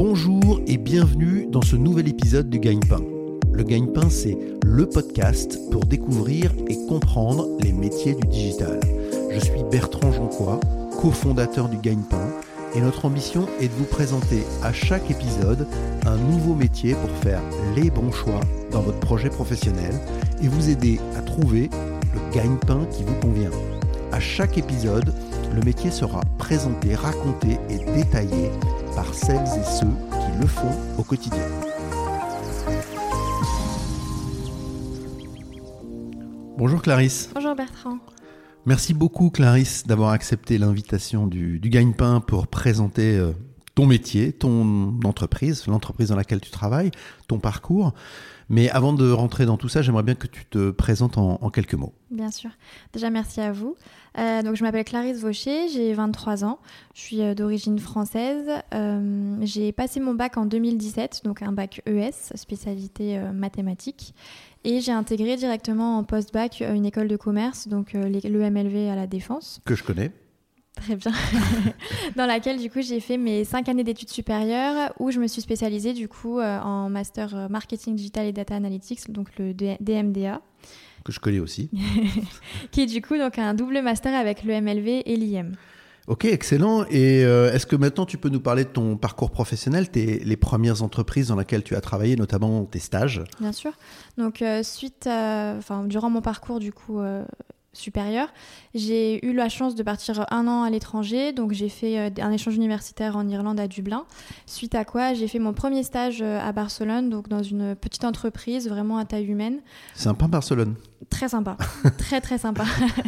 Bonjour et bienvenue dans ce nouvel épisode du Gagne-Pain. Le Gagne-Pain, c'est le podcast pour découvrir et comprendre les métiers du digital. Je suis Bertrand Jonquois, cofondateur du Gagne-Pain, et notre ambition est de vous présenter à chaque épisode un nouveau métier pour faire les bons choix dans votre projet professionnel et vous aider à trouver le gagne-pain qui vous convient. À chaque épisode, le métier sera présenté, raconté et détaillé par celles et ceux qui le font au quotidien. Bonjour Clarisse. Bonjour Bertrand. Merci beaucoup Clarisse d'avoir accepté l'invitation du Gagne-Pain pour présenter ton métier, ton entreprise, l'entreprise dans laquelle tu travailles, ton parcours. Mais avant de rentrer dans tout ça, j'aimerais bien que tu te présentes en quelques mots. Bien sûr. Déjà, merci à vous. Donc, je m'appelle Clarisse Vaucher, j'ai 23 ans. Je suis d'origine française. J'ai passé mon bac en 2017, donc un bac ES, spécialité mathématiques. Et j'ai intégré directement en post-bac une école de commerce, donc l'EMLV à la Défense. Que je connais. Très bien. Dans laquelle, du coup, j'ai fait mes 5 années d'études supérieures où je me suis spécialisée, du coup, en master marketing digital et data analytics, donc le DMDA. Que je connais aussi. Qui est, du coup, donc un double master avec le MLV et l'IM. Ok, excellent. Et est-ce que maintenant tu peux nous parler de ton parcours professionnel, les premières entreprises dans lesquelles tu as travaillé, notamment tes stages? Bien sûr. Donc, durant mon parcours, du coup, supérieur, j'ai eu la chance de partir 1 an à l'étranger, donc j'ai fait un échange universitaire en Irlande à Dublin, suite à quoi j'ai fait mon premier stage à Barcelone, donc dans une petite entreprise vraiment à taille humaine. Sympa Barcelone. Très sympa, très très sympa.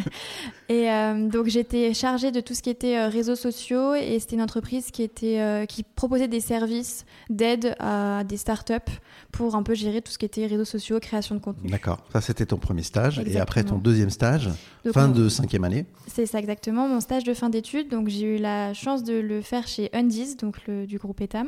Et donc j'étais chargée de tout ce qui était réseaux sociaux et c'était une entreprise qui proposait des services d'aide à des startups pour un peu gérer tout ce qui était réseaux sociaux, création de contenu. D'accord, ça c'était ton premier stage. Exactement. Et après ton deuxième stage, donc, fin de 5e année. C'est ça exactement, mon stage de fin d'études. Donc j'ai eu la chance de le faire chez Undies, donc du groupe Etam,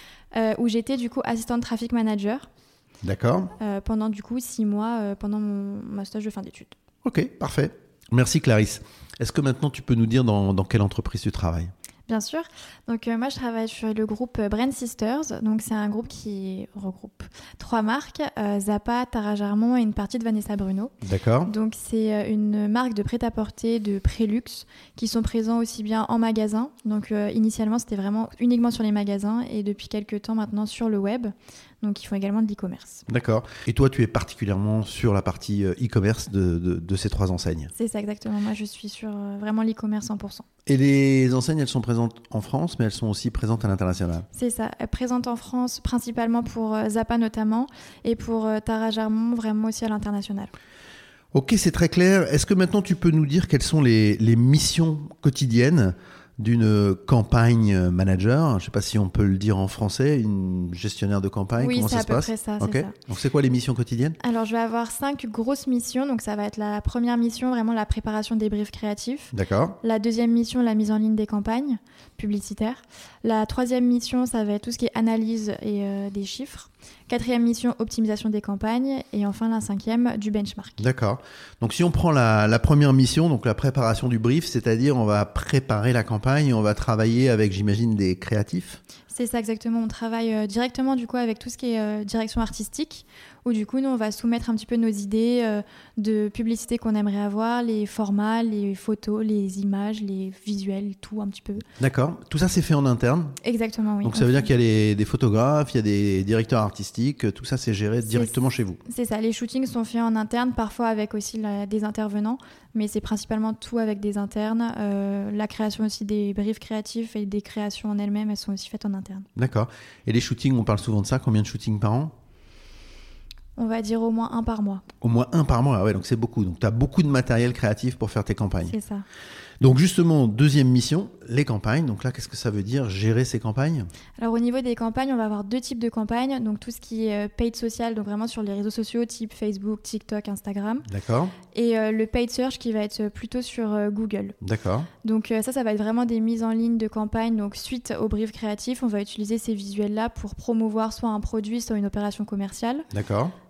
où j'étais du coup assistante traffic manager. D'accord. Pendant du coup 6 mois pendant mon stage de fin d'études. Ok, parfait. Merci Clarisse. Est-ce que maintenant tu peux nous dire dans quelle entreprise tu travailles? Bien sûr. Donc moi, je travaille sur le groupe Brand Sisters. Donc c'est un groupe qui regroupe 3 marques, Zappa, Tara Jarmon et une partie de Vanessa Bruno. D'accord. Donc c'est une marque de prêt-à-porter de pré-luxe qui sont présents aussi bien en magasin. Donc initialement, c'était vraiment uniquement sur les magasins et depuis quelques temps maintenant sur le web. Donc ils font également de l'e-commerce. D'accord. Et toi, tu es particulièrement sur la partie e-commerce de ces 3 enseignes? C'est ça exactement. Moi, je suis sur vraiment l'e-commerce 100%. Et les enseignes, elles sont présentes en France, mais elles sont aussi présentes à l'international? C'est ça. Elles présentes en France principalement pour Zappa notamment et pour Tara Jarmon vraiment aussi à l'international. Ok, c'est très clair. Est-ce que maintenant tu peux nous dire quelles sont les missions quotidiennes d'une campagne manager? Je ne sais pas si on peut le dire en français, une gestionnaire de campagne. Oui, comment c'est ça à se peu passe? près ça. Ok. C'est ça. Donc c'est quoi les missions quotidiennes? Alors je vais avoir 5 grosses missions. Donc ça va être la première mission, vraiment la préparation des briefs créatifs. D'accord. La deuxième mission, la mise en ligne des campagnes publicitaires. La troisième mission, ça va être tout ce qui est analyse et des chiffres. 4e mission, optimisation des campagnes. Et enfin la 5e, du benchmark. D'accord. Donc si on prend la première mission, donc la préparation du brief, c'est-à-dire on va préparer la campagne, on va travailler avec, j'imagine, des créatifs. C'est ça exactement, on travaille directement du coup avec tout ce qui est direction artistique, où du coup nous on va soumettre un petit peu nos idées de publicité qu'on aimerait avoir, les formats, les photos, les images, les visuels, tout un petit peu. D'accord, tout ça c'est fait en interne? Exactement, oui. Donc ça veut dire qu'il y a des photographes, il y a des directeurs artistiques, tout ça c'est géré directement chez vous? C'est ça, les shootings sont faits en interne, parfois avec aussi des intervenants, mais c'est principalement tout avec des internes. La création aussi des briefs créatifs et des créations en elles-mêmes, elles sont aussi faites en interne. D'accord. Et les shootings, on parle souvent de ça, combien de shootings par an? On va dire au moins 1 par mois. Au moins 1 par mois, ouais, donc c'est beaucoup. Donc tu as beaucoup de matériel créatif pour faire tes campagnes. C'est ça. Donc justement, deuxième mission, les campagnes. Donc là, qu'est-ce que ça veut dire, gérer ces campagnes? Alors au niveau des campagnes, on va avoir 2 types de campagnes. Donc tout ce qui est paid social, donc vraiment sur les réseaux sociaux type Facebook, TikTok, Instagram. D'accord. Et le paid search qui va être plutôt sur Google. D'accord. Donc ça va être vraiment des mises en ligne de campagne. Donc suite au brief créatif, on va utiliser ces visuels-là pour promouvoir soit un produit, soit une opération commerciale. D'accord.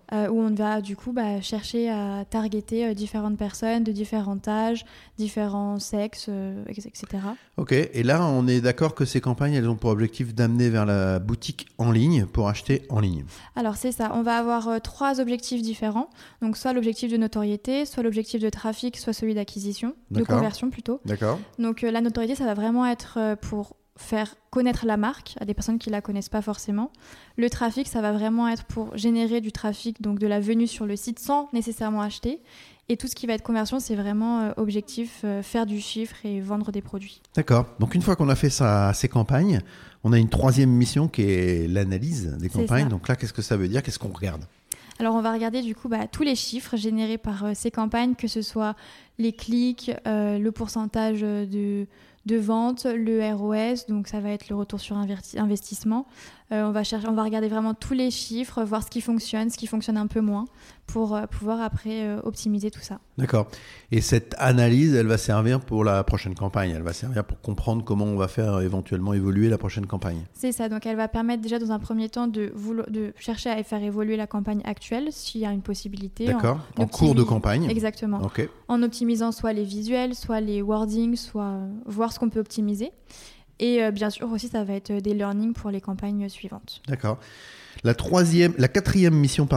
où on va du coup chercher à targeter différentes personnes de différents âges, différents sexes, etc. Ok, et là on est d'accord que ces campagnes elles ont pour objectif d'amener vers la boutique en ligne pour acheter en ligne. Alors c'est ça, on va avoir 3 objectifs différents, donc soit l'objectif de notoriété, soit l'objectif de trafic, soit celui d'acquisition, de conversion plutôt. D'accord. Donc la notoriété ça va vraiment être pour faire connaître la marque à des personnes qui la connaissent pas forcément. Le trafic, ça va vraiment être pour générer du trafic, donc de la venue sur le site sans nécessairement acheter. Et tout ce qui va être conversion, c'est vraiment objectif, faire du chiffre et vendre des produits. D'accord. Donc une fois qu'on a fait ces campagnes, on a une troisième mission qui est l'analyse des campagnes. Donc là, qu'est-ce que ça veut dire ? Qu'est-ce qu'on regarde ? Alors on va regarder du coup tous les chiffres générés par ces campagnes, que ce soit les clics, le pourcentage de vente, le ROS, donc ça va être le retour sur investissement. On va regarder vraiment tous les chiffres, voir ce qui fonctionne un peu moins, pour pouvoir après optimiser tout ça. D'accord. Et cette analyse, elle va servir pour la prochaine campagne. Elle va servir pour comprendre comment on va faire éventuellement évoluer la prochaine campagne. C'est ça. Donc elle va permettre déjà dans un premier temps de chercher à faire évoluer la campagne actuelle s'il y a une possibilité. D'accord. En cours de campagne. Exactement. Okay. En optimisant soit les visuels, soit les wordings, soit voir ce qu'on peut optimiser. Et bien sûr aussi, ça va être des learnings pour les campagnes suivantes. D'accord. La quatrième mission,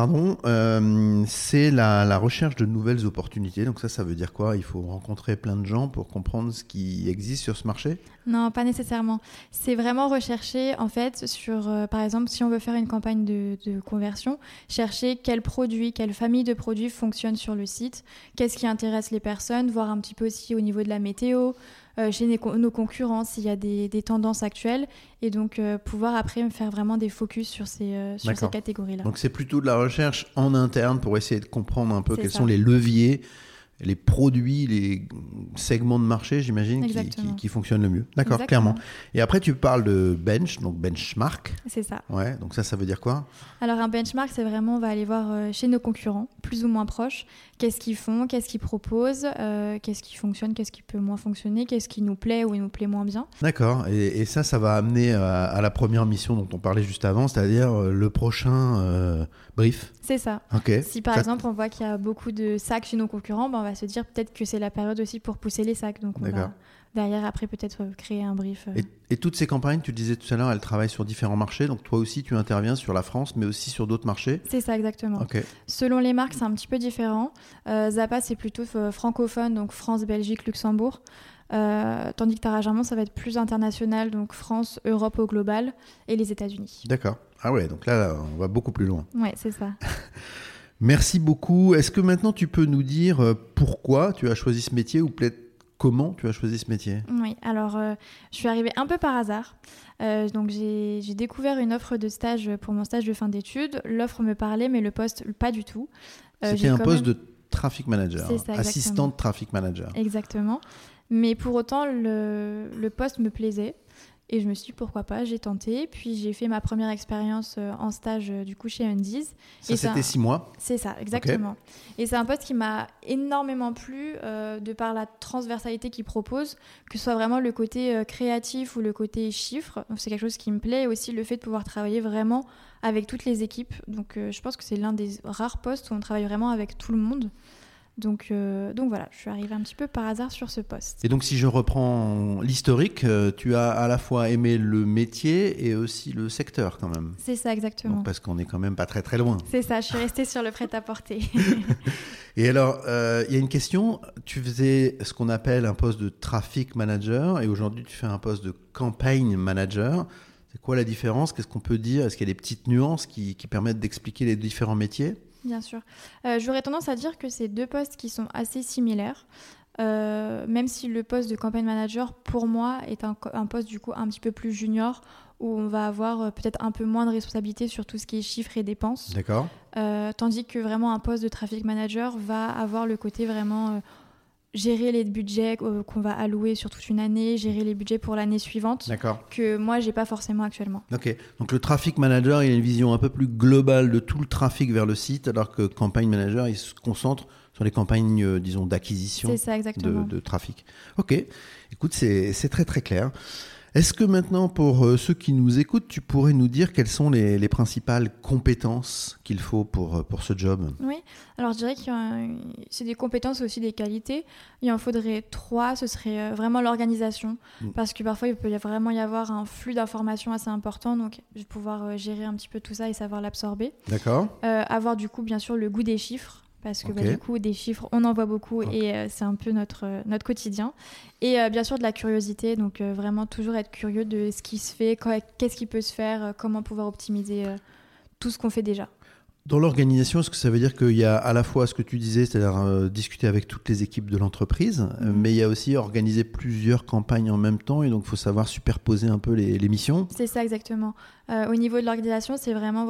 c'est la recherche de nouvelles opportunités. Donc ça veut dire quoi ? Il faut rencontrer plein de gens pour comprendre ce qui existe sur ce marché ? Non, pas nécessairement. C'est vraiment rechercher, en fait, par exemple, si on veut faire une campagne de conversion, chercher quels produits, quelle famille de produits fonctionnent sur le site, qu'est-ce qui intéresse les personnes, voir un petit peu aussi au niveau de la météo, chez nos concurrents, s'il y a des tendances actuelles, et donc pouvoir après faire vraiment des focus sur ces catégories-là. Donc c'est plutôt de la recherche en interne pour essayer de comprendre un peu quels sont les leviers, les produits, les segments de marché, j'imagine, qui fonctionnent le mieux. D'accord, exactement. Clairement. Et après, tu parles de benchmark. C'est ça. Ouais, donc ça veut dire quoi ? Alors un benchmark, c'est vraiment, on va aller voir chez nos concurrents, plus ou moins proches, qu'est-ce qu'ils font, qu'est-ce qu'ils proposent, qu'est-ce qui fonctionne, qu'est-ce qui peut moins fonctionner, qu'est-ce qui nous plaît ou nous plaît moins bien. D'accord, et ça va amener à la première mission dont on parlait juste avant, c'est-à-dire le prochain brief. C'est ça. Okay. Si par exemple on voit qu'il y a beaucoup de sacs chez nos concurrents, on va se dire peut-être que c'est la période aussi pour pousser les sacs. Donc on va derrière après peut-être créer un brief. Et toutes ces campagnes, tu disais tout à l'heure, elles travaillent sur différents marchés. Donc toi aussi tu interviens sur la France, mais aussi sur d'autres marchés. C'est ça, exactement. Okay. Selon les marques, c'est un petit peu différent. Zappa, c'est plutôt francophone, donc France, Belgique, Luxembourg. Tandis que Taragermont, ça va être plus international, donc France, Europe au global et les États-Unis. D'accord. Ah ouais, donc là, on va beaucoup plus loin. Ouais, c'est ça. Merci beaucoup. Est-ce que maintenant tu peux nous dire pourquoi tu as choisi ce métier ou peut-être comment tu as choisi ce métier ? Oui, alors je suis arrivée un peu par hasard. Donc j'ai découvert une offre de stage pour mon stage de fin d'études. L'offre me parlait, mais le poste, pas du tout. C'était un poste de traffic manager, assistant de traffic manager. Exactement. Mais pour autant, le poste me plaisait. Et je me suis dit, pourquoi pas, j'ai tenté. Puis j'ai fait ma première expérience en stage du coup chez Undies. C'était 6 mois ? C'est ça, exactement. Okay. Et c'est un poste qui m'a énormément plu de par la transversalité qu'il propose, que ce soit vraiment le côté créatif ou le côté chiffre. Donc c'est quelque chose qui me plaît. Et aussi le fait de pouvoir travailler vraiment avec toutes les équipes. Donc je pense que c'est l'un des rares postes où on travaille vraiment avec tout le monde. Donc voilà, je suis arrivée un petit peu par hasard sur ce poste. Et donc si je reprends l'historique, tu as à la fois aimé le métier et aussi le secteur quand même. C'est ça, exactement. Donc, parce qu'on est quand même pas très très loin. C'est ça, je suis restée sur le prêt-à-porter. Et alors, il y a une question, tu faisais ce qu'on appelle un poste de traffic manager et aujourd'hui tu fais un poste de campaign manager. C'est quoi la différence ? Qu'est-ce qu'on peut dire ? Est-ce qu'il y a des petites nuances qui permettent d'expliquer les différents métiers ? Bien sûr. J'aurais tendance à dire que c'est 2 postes qui sont assez similaires, même si le poste de campaign manager, pour moi, est un poste du coup un petit peu plus junior, où on va avoir peut-être un peu moins de responsabilité sur tout ce qui est chiffres et dépenses. D'accord. Tandis que vraiment un poste de traffic manager va avoir le côté vraiment... gérer les budgets qu'on va allouer sur toute une année, gérer les budgets pour l'année suivante, que moi, j'ai pas forcément actuellement. Ok, donc le traffic manager, il a une vision un peu plus globale de tout le trafic vers le site, alors que campaign manager, il se concentre sur les campagnes, d'acquisition. C'est ça, exactement. De trafic. Ok, écoute, c'est très très clair. Est-ce que maintenant, pour ceux qui nous écoutent, tu pourrais nous dire quelles sont les principales compétences qu'il faut pour ce job ? Oui, alors je dirais que c'est des compétences aussi des qualités. Il en faudrait 3, ce serait vraiment l'organisation, parce que parfois il peut vraiment y avoir un flux d'informations assez important, donc je vais pouvoir gérer un petit peu tout ça et savoir l'absorber. D'accord. Avoir du coup bien sûr le goût des chiffres, parce que du coup des chiffres on en voit beaucoup et c'est un peu notre quotidien. Et bien sûr de la curiosité, donc vraiment toujours être curieux de ce qui se fait, qu'est-ce qui peut se faire, comment pouvoir optimiser tout ce qu'on fait déjà. Dans l'organisation, est-ce que ça veut dire qu'il y a à la fois ce que tu disais, c'est-à-dire discuter avec toutes les équipes de l'entreprise, mais il y a aussi organiser plusieurs campagnes en même temps et donc il faut savoir superposer un peu les missions ? C'est ça exactement. Au niveau de l'organisation, c'est vraiment,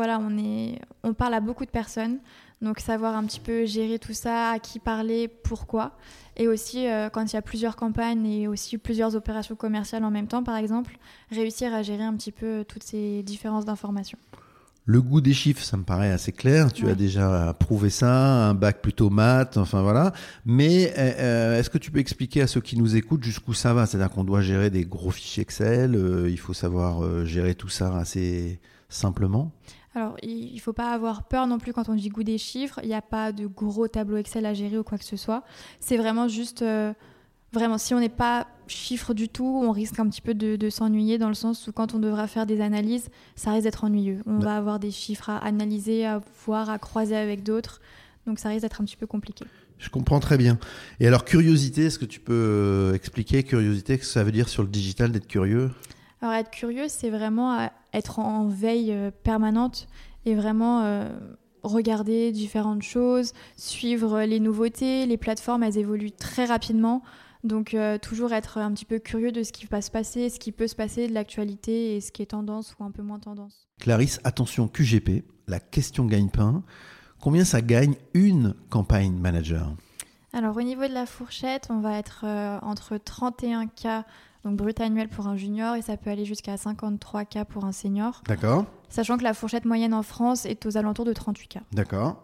on parle à beaucoup de personnes, donc savoir un petit peu gérer tout ça, à qui parler, pourquoi. Et aussi, quand il y a plusieurs campagnes et aussi plusieurs opérations commerciales en même temps, par exemple, réussir à gérer un petit peu toutes ces différences d'informations. Le goût des chiffres, ça me paraît assez clair. Tu as déjà prouvé ça, un bac plutôt maths, enfin voilà. Mais est-ce que tu peux expliquer à ceux qui nous écoutent jusqu'où ça va ? C'est-à-dire qu'on doit gérer des gros fichiers Excel, il faut savoir gérer tout ça assez simplement ? Alors, il ne faut pas avoir peur non plus quand on dit goût des chiffres. Il n'y a pas de gros tableau Excel à gérer ou quoi que ce soit. C'est vraiment juste... Vraiment, si on n'est pas chiffre du tout, on risque un petit peu de s'ennuyer dans le sens où quand on devra faire des analyses, ça risque d'être ennuyeux. On va avoir des chiffres à analyser, à voir, à croiser avec d'autres. Donc ça risque d'être un petit peu compliqué. Je comprends très bien. Et alors, curiosité, est-ce que tu peux expliquer curiosité, ce que ça veut dire sur le digital d'être curieux ? Alors être curieux, c'est vraiment être en veille permanente et vraiment... regarder différentes choses, suivre les nouveautés. Les plateformes, elles évoluent très rapidement. Donc, toujours être un petit peu curieux de ce qui va se passer, ce qui peut se passer, de l'actualité et ce qui est tendance ou un peu moins tendance. Clarisse, attention, QGP, la question gagne-pain. Combien ça gagne une campagne manager ? Alors, au niveau de la fourchette, on va être entre 31K donc brut annuel pour un junior et ça peut aller jusqu'à 53K pour un senior. D'accord. Sachant que la fourchette moyenne en France est aux alentours de 38K. D'accord.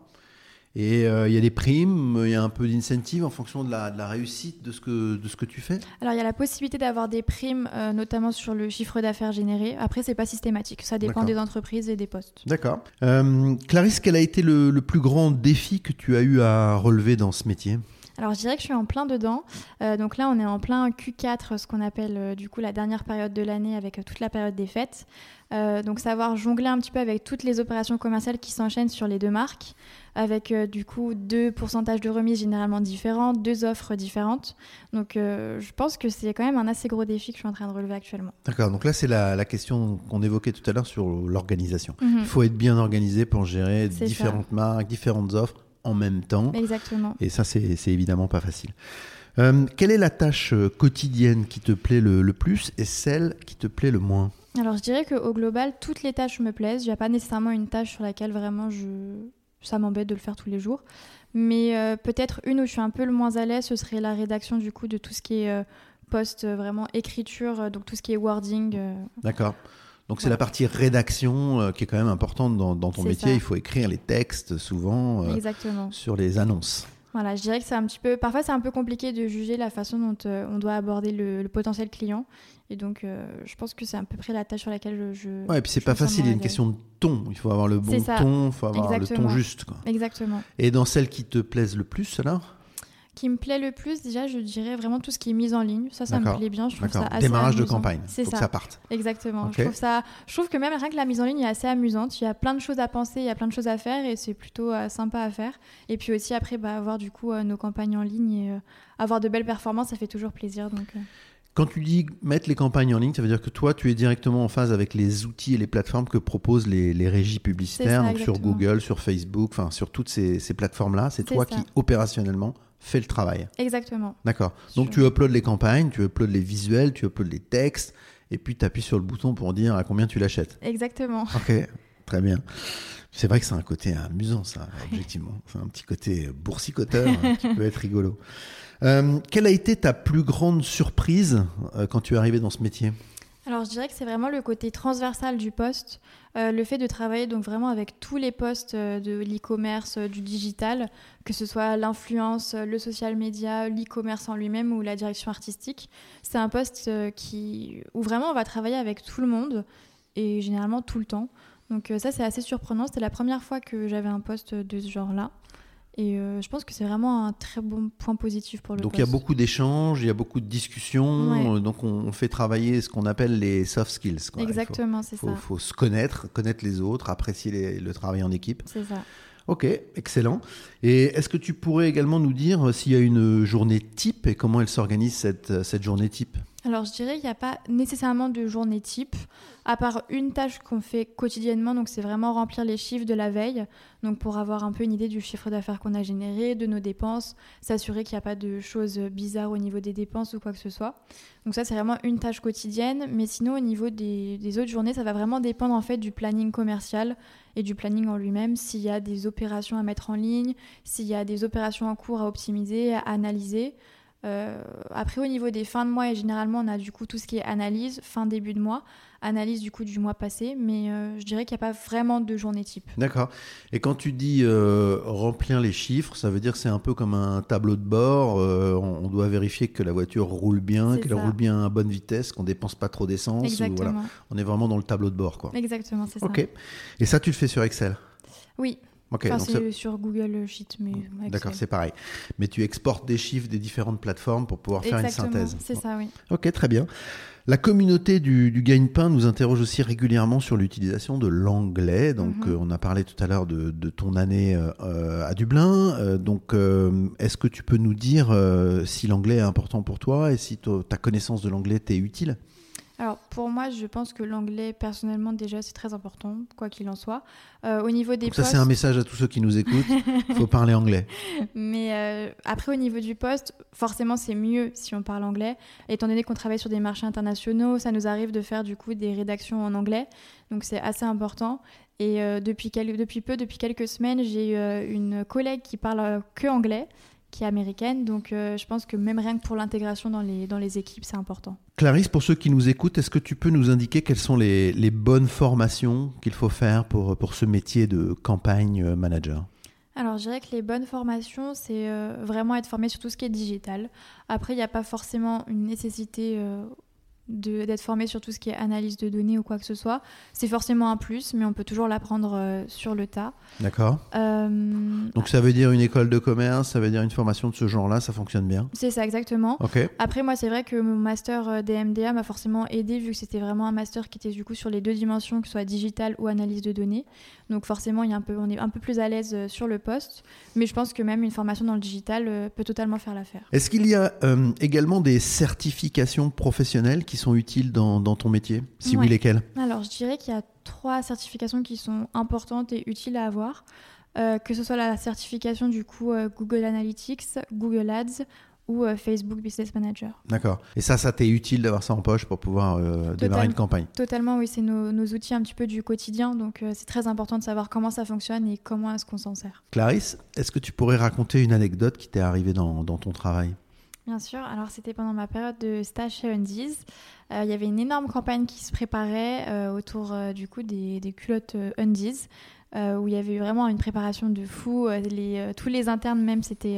Et il y a des primes, il y a un peu d'incentive en fonction de la réussite de ce que tu fais ? Alors, il y a la possibilité d'avoir des primes, notamment sur le chiffre d'affaires généré. Après, c'est pas systématique. Ça dépend des entreprises et des postes. D'accord. Clarisse, quel a été le plus grand défi que tu as eu à relever dans ce métier ? Alors, je dirais que je suis en plein dedans. Donc là, on est en plein Q4, ce qu'on appelle du coup la dernière période de l'année avec toute la période des fêtes. Donc, savoir jongler un petit peu avec toutes les opérations commerciales qui s'enchaînent sur les deux marques, avec du coup 2 pourcentages de remise généralement différents, 2 offres différentes. Donc, je pense que c'est quand même un assez gros défi que je suis en train de relever actuellement. D'accord, donc là, c'est la question qu'on évoquait tout à l'heure sur l'organisation. Il faut être bien organisé pour gérer différentes marques, différentes offres en même temps. Exactement. Et ça, c'est évidemment pas facile. Quelle est la tâche quotidienne qui te plaît le plus et celle qui te plaît le moins ? Alors, je dirais qu'au global, toutes les tâches me plaisent. Il n'y a pas nécessairement une tâche sur laquelle vraiment ça m'embête de le faire tous les jours. Mais peut-être une où je suis un peu le moins à l'aise, ce serait la rédaction du coup de tout ce qui est post, vraiment écriture, donc tout ce qui est wording. D'accord. Donc c'est la partie rédaction qui est quand même importante dans ton métier. Ça. Il faut écrire les textes souvent sur les annonces. Voilà, je dirais que c'est un petit peu... Parfois, c'est un peu compliqué de juger la façon dont on doit aborder le potentiel client. Et donc, je pense que c'est à peu près la tâche sur laquelle je ouais, et puis c'est pas facile, il y a une question de ton. Il faut avoir le bon ton, il faut avoir le ton juste. Quoi. Exactement. Et dans celles qui te plaisent le plus, alors ? Qui me plaît le plus, déjà, je dirais vraiment tout ce qui est mise en ligne. Ça me plaît bien. Je trouve ça assez démarrage amusant. De campagne, faut que ça parte. Exactement. Okay. Je trouve que même rien que la mise en ligne est assez amusante. Il y a plein de choses à penser, il y a plein de choses à faire et c'est plutôt sympa à faire. Et puis aussi, après, avoir du coup nos campagnes en ligne et avoir de belles performances, ça fait toujours plaisir. Donc, Quand tu dis mettre les campagnes en ligne, ça veut dire que toi, tu es directement en phase avec les outils et les plateformes que proposent les régies publicitaires, donc sur Google, sur Facebook, enfin sur toutes ces plateformes-là. C'est toi qui, opérationnellement, fais le travail. Exactement. D'accord. Donc tu uploads les campagnes, tu uploads les visuels, tu uploads les textes, et puis tu appuies sur le bouton pour dire à combien tu l'achètes. Exactement. Ok, très bien. C'est vrai que c'est un côté amusant, ça, objectivement. C'est un petit côté boursicoteur qui peut être rigolo. Quelle a été ta plus grande surprise quand tu es arrivé dans ce métier ? Alors je dirais que c'est vraiment le côté transversal du poste, le fait de travailler donc vraiment avec tous les postes de l'e-commerce, du digital, que ce soit l'influence, le social media, l'e-commerce en lui-même ou la direction artistique. C'est un poste où vraiment on va travailler avec tout le monde et généralement tout le temps. Donc ça c'est assez surprenant, c'était la première fois que j'avais un poste de ce genre-là. Et je pense que c'est vraiment un très bon point positif pour le Donc poste. il y a beaucoup d'échanges, il y a beaucoup de discussions, Ouais. donc on fait travailler ce qu'on appelle les soft skills, quoi. Exactement, c'est ça. Il faut se connaître les autres, apprécier le travail en équipe. C'est ça. Ok, excellent. Et est-ce que tu pourrais également nous dire s'il y a une journée type et comment elle s'organise cette journée type ? Alors, je dirais qu'il n'y a pas nécessairement de journée type, à part une tâche qu'on fait quotidiennement, donc c'est vraiment remplir les chiffres de la veille, donc pour avoir un peu une idée du chiffre d'affaires qu'on a généré, de nos dépenses, s'assurer qu'il n'y a pas de choses bizarres au niveau des dépenses ou quoi que ce soit. Donc ça, c'est vraiment une tâche quotidienne, mais sinon, au niveau des autres journées, ça va vraiment dépendre en fait du planning commercial et du planning en lui-même, s'il y a des opérations à mettre en ligne, s'il y a des opérations en cours à optimiser, à analyser. Après au niveau des fins de mois, et généralement on a du coup tout ce qui est analyse, fin début de mois, analyse du coup du mois passé, mais je dirais qu'il n'y a pas vraiment de journée type. D'accord. Et quand tu dis remplir les chiffres, ça veut dire que c'est un peu comme un tableau de bord, on doit vérifier que la voiture roule bien, C'est qu'elle ça. roule bien à bonne vitesse, qu'on dépense pas trop d'essence. Exactement. Voilà. On est vraiment dans le tableau de bord, quoi. Exactement, c'est ça. Ok. Et ça tu le fais sur Excel ? Oui, Ok. enfin, Donc c'est sur Google Sheet, mais Excel. D'accord, c'est pareil. Mais tu exportes des chiffres des différentes plateformes pour pouvoir faire une Exactement, synthèse. c'est ça, oui. Ok, très bien. La communauté du gagne-pain nous interroge aussi régulièrement sur l'utilisation de l'anglais. Donc, on a parlé tout à l'heure de ton année à Dublin. Est-ce que tu peux nous dire si l'anglais est important pour toi et si ta connaissance de l'anglais t'est utile ? Alors pour moi, je pense que l'anglais, personnellement, déjà, c'est très important, quoi qu'il en soit. Au niveau des Donc ça, postes... c'est un message à tous ceux qui nous écoutent. Il faut parler anglais. Mais après, au niveau du poste, forcément, c'est mieux si on parle anglais. Étant donné qu'on travaille sur des marchés internationaux, ça nous arrive de faire du coup des rédactions en anglais. Donc c'est assez important. Et depuis quelques semaines, j'ai une collègue qui parle que anglais, qui est américaine. Donc je pense que même rien que pour l'intégration dans les équipes, c'est important. Clarisse, pour ceux qui nous écoutent, est-ce que tu peux nous indiquer quelles sont les bonnes formations qu'il faut faire pour ce métier de campagne manager ? Alors, je dirais que les bonnes formations, c'est vraiment être formé sur tout ce qui est digital. Après, il n'y a pas forcément une nécessité d'être formé sur tout ce qui est analyse de données ou quoi que ce soit. C'est forcément un plus, mais on peut toujours l'apprendre sur le tas. D'accord. Donc ça veut dire une école de commerce, ça veut dire une formation de ce genre-là, ça fonctionne bien ? C'est ça, exactement. Ok. Après, moi, c'est vrai que mon master DMDA m'a forcément aidé, vu que c'était vraiment un master qui était du coup sur les deux dimensions, que ce soit digital ou analyse de données. Donc forcément, on est un peu plus à l'aise sur le poste. Mais je pense que même une formation dans le digital peut totalement faire l'affaire. Est-ce qu'il y a également des certifications professionnelles qui sont utiles dans ton métier ? Si oui, Ouais. lesquelles ? Alors, je dirais qu'il y a 3 certifications qui sont importantes et utiles à avoir. Que ce soit la certification du coup Google Analytics, Google Ads ou Facebook Business Manager. D'accord. Et ça t'est utile d'avoir ça en poche pour pouvoir démarrer une campagne ? Totalement, oui, c'est nos outils un petit peu du quotidien, donc c'est très important de savoir comment ça fonctionne et comment est-ce qu'on s'en sert. Clarisse, est-ce que tu pourrais raconter une anecdote qui t'est arrivée dans ton travail ? Bien sûr, alors c'était pendant ma période de stage chez Undies. Il y avait une énorme campagne qui se préparait autour du coup des culottes Undies, où il y avait eu vraiment une préparation de fou. Tous les internes même s'étaient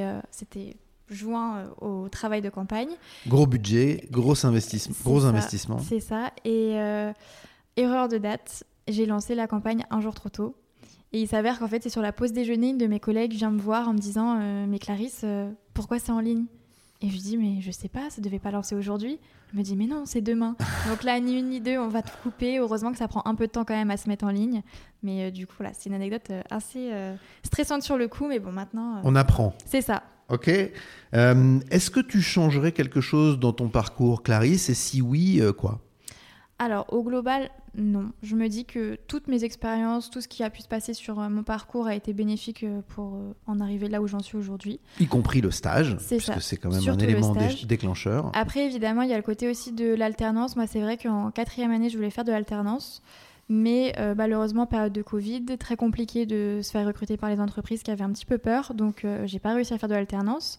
joints au travail de campagne. Gros budget, gros investissement. C'est ça. Et erreur de date, j'ai lancé la campagne un jour trop tôt. Et il s'avère qu'en fait, c'est sur la pause déjeuner, une de mes collègues vient me voir en me disant « Mais Clarisse, pourquoi c'est en ligne ?» Et je lui dis « Mais je sais pas, ça devait pas lancer aujourd'hui. » Elle me dit « Mais non, c'est demain. » Donc là, ni une ni deux, on va tout couper. Heureusement que ça prend un peu de temps quand même à se mettre en ligne. Mais du coup, voilà, c'est une anecdote assez stressante sur le coup. Mais bon, maintenant... On apprend. C'est ça. Ok. Est-ce que tu changerais quelque chose dans ton parcours, Clarisse ? Et si oui, quoi ? Alors, au global, non. Je me dis que toutes mes expériences, tout ce qui a pu se passer sur mon parcours a été bénéfique pour en arriver là où j'en suis aujourd'hui. Y compris le stage, C'est puisque ça. c'est quand même Surtout un élément le stage. déclencheur. Après, évidemment, il y a le côté aussi de l'alternance. Moi, c'est vrai qu'en 4e année, je voulais faire de l'alternance. Mais malheureusement, période de Covid, très compliqué de se faire recruter par les entreprises qui avaient un petit peu peur. Donc, j'ai pas réussi à faire de l'alternance.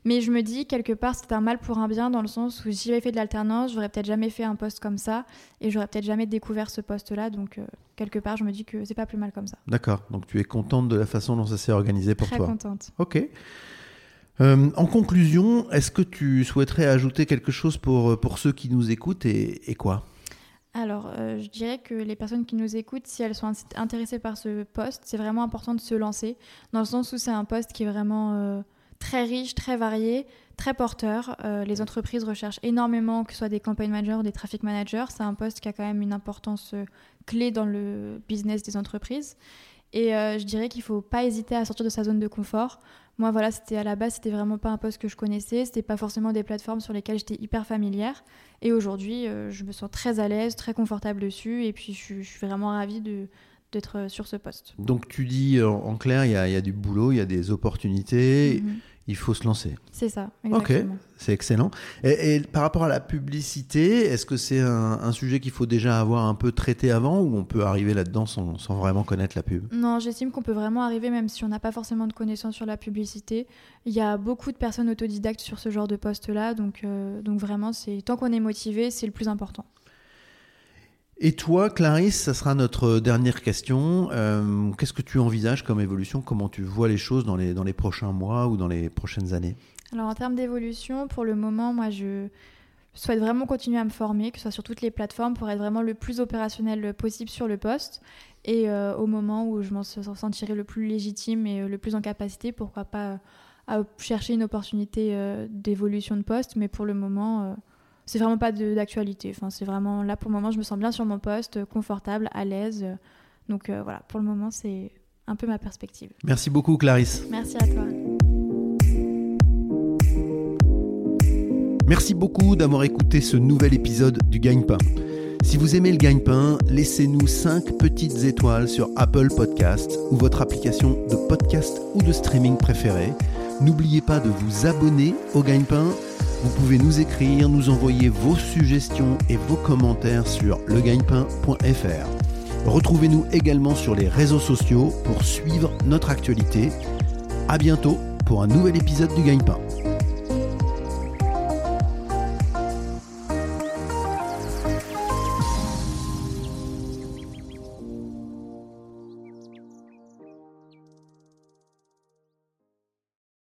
Mais je me dis, quelque part, c'est un mal pour un bien, dans le sens où si j'avais fait de l'alternance, j'aurais peut-être jamais fait un poste comme ça et j'aurais peut-être jamais découvert ce poste-là. Donc, quelque part, je me dis que c'est pas plus mal comme ça. D'accord, donc tu es contente de la façon dont ça s'est organisé pour toi. Très contente. Ok. En conclusion, est-ce que tu souhaiterais ajouter quelque chose pour ceux qui nous écoutent et quoi ? Alors, je dirais que les personnes qui nous écoutent, si elles sont intéressées par ce poste, c'est vraiment important de se lancer, dans le sens où c'est un poste qui est vraiment très riche, très varié, très porteur. Les entreprises recherchent énormément, que ce soit des campaign managers ou des traffic managers. C'est un poste qui a quand même une importance clé dans le business des entreprises. Et je dirais qu'il ne faut pas hésiter à sortir de sa zone de confort. Moi, voilà, à la base, c'était vraiment pas un poste que je connaissais. C'était pas forcément des plateformes sur lesquelles j'étais hyper familière. Et aujourd'hui, je me sens très à l'aise, très confortable dessus. Et puis, je suis vraiment ravie d'être sur ce poste. Donc, tu dis en clair, il y a du boulot, il y a des opportunités. Il faut se lancer. C'est ça, exactement. Ok, c'est excellent. Et par rapport à la publicité, est-ce que c'est un sujet qu'il faut déjà avoir un peu traité avant ou on peut arriver là-dedans sans vraiment connaître la pub ? Non, j'estime qu'on peut vraiment arriver même si on n'a pas forcément de connaissances sur la publicité. Il y a beaucoup de personnes autodidactes sur ce genre de poste-là, donc vraiment, tant qu'on est motivé, c'est le plus important. Et toi, Clarisse, ça sera notre dernière question. Qu'est-ce que tu envisages comme évolution ? Comment tu vois les choses dans les prochains mois ou dans les prochaines années ? Alors, en termes d'évolution, pour le moment, moi, je souhaite vraiment continuer à me former, que ce soit sur toutes les plateformes, pour être vraiment le plus opérationnel possible sur le poste. Et au moment où je m'en sentirai le plus légitime et le plus en capacité, pourquoi pas à chercher une opportunité d'évolution de poste. Mais pour le moment... c'est vraiment pas d'actualité. Enfin, c'est vraiment là pour le moment, je me sens bien sur mon poste, confortable, à l'aise. Donc voilà, pour le moment, c'est un peu ma perspective. Merci beaucoup, Clarisse. Merci à toi. Merci beaucoup d'avoir écouté ce nouvel épisode du Gagne-Pain. Si vous aimez le Gagne-Pain, laissez-nous 5 petites étoiles sur Apple Podcast ou votre application de podcast ou de streaming préférée. N'oubliez pas de vous abonner au Gagne-Pain. Vous pouvez nous écrire, nous envoyer vos suggestions et vos commentaires sur legagnepain.fr. Retrouvez-nous également sur les réseaux sociaux pour suivre notre actualité. À bientôt pour un nouvel épisode du Gagne-Pain.